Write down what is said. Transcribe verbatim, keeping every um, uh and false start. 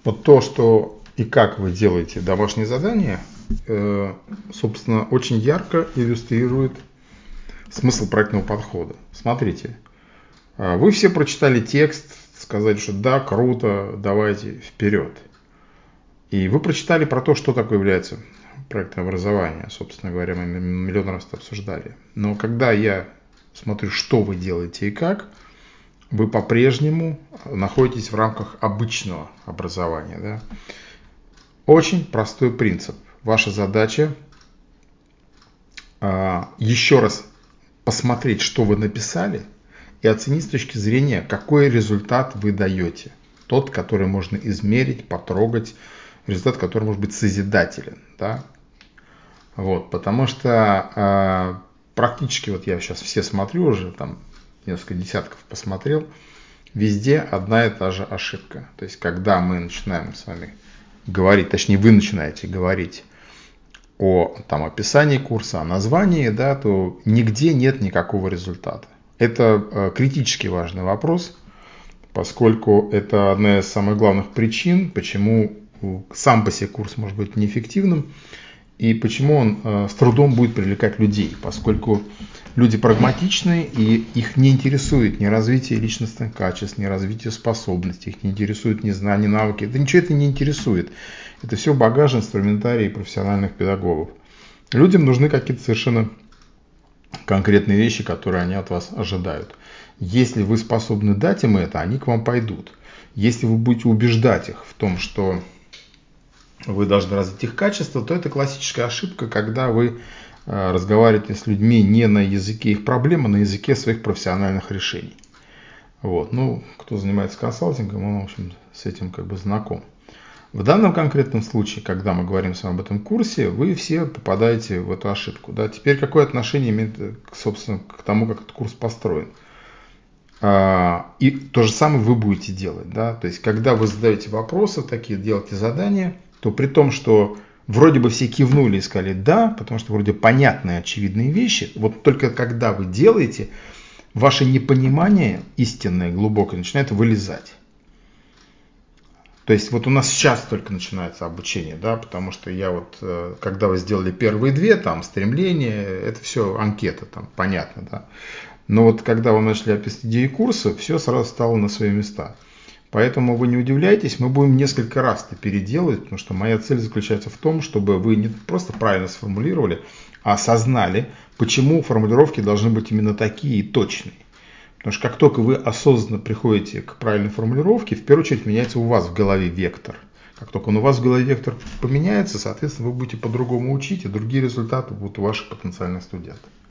Вот то, что и как вы делаете домашние задания, собственно, очень ярко иллюстрирует смысл проектного подхода. Смотрите, вы все прочитали текст, сказали, что да, круто, давайте вперед. И вы прочитали про то, что такое является проектное образование. Собственно говоря, мы миллион раз это обсуждали. Но когда я смотрю, что вы делаете и как, вы по-прежнему находитесь в рамках обычного образования. Да? Очень простой принцип. Ваша задача э, еще раз посмотреть, что вы написали, и оценить с точки зрения, какой результат вы даете. Тот, который можно измерить, потрогать, результат, который может быть созидателен. Да? Вот, потому что э, практически, вот я сейчас все смотрю уже, там несколько десятков посмотрел, везде одна и та же ошибка. То есть, когда мы начинаем с вами говорить, точнее, вы начинаете говорить о там, описании курса, о названии, да, то нигде нет никакого результата. Это э, критически важный вопрос, поскольку это одна из самых главных причин, почему сам по себе курс может быть неэффективным, и почему он э, с трудом будет привлекать людей, поскольку люди прагматичные, и их не интересует ни развитие личностных качеств, ни развитие способностей, их не интересует ни знания, ни навыки. Это ничего это не интересует. Это все багаж, инструментарий профессиональных педагогов. Людям нужны какие-то совершенно конкретные вещи, которые они от вас ожидают. Если вы способны дать им это, они к вам пойдут. Если вы будете убеждать их в том, что вы должны развить их качество, то это классическая ошибка, когда вы разговариваете с людьми не на языке их проблем, а на языке своих профессиональных решений. Вот. Ну, кто занимается консалтингом, он, в общем, с этим как бы знаком. В данном конкретном случае, когда мы говорим с вами об этом курсе, вы все попадаете в эту ошибку. Да? Теперь какое отношение имеет, собственно, к тому, как этот курс построен? И то же самое вы будете делать. Да? То есть, когда вы задаете вопросы, такие делаете задания, то при том, что вроде бы все кивнули и сказали «да», потому что вроде понятные, очевидные вещи, вот только когда вы делаете, ваше непонимание истинное, глубокое, начинает вылезать. То есть вот у нас сейчас только начинается обучение, да, потому что я вот, когда вы сделали первые две, там, стремления, это все анкета, там, понятно, да. Но вот когда вы начали описывать идеи курса, все сразу стало на свои места. Поэтому вы не удивляйтесь, мы будем несколько раз это переделывать, потому что моя цель заключается в том, чтобы вы не просто правильно сформулировали, а осознали, почему формулировки должны быть именно такие и точные. Потому что как только вы осознанно приходите к правильной формулировке, в первую очередь меняется у вас в голове вектор. Как только он у вас в голове вектор поменяется, соответственно, вы будете по-другому учить, и другие результаты будут у ваших потенциальных студентов.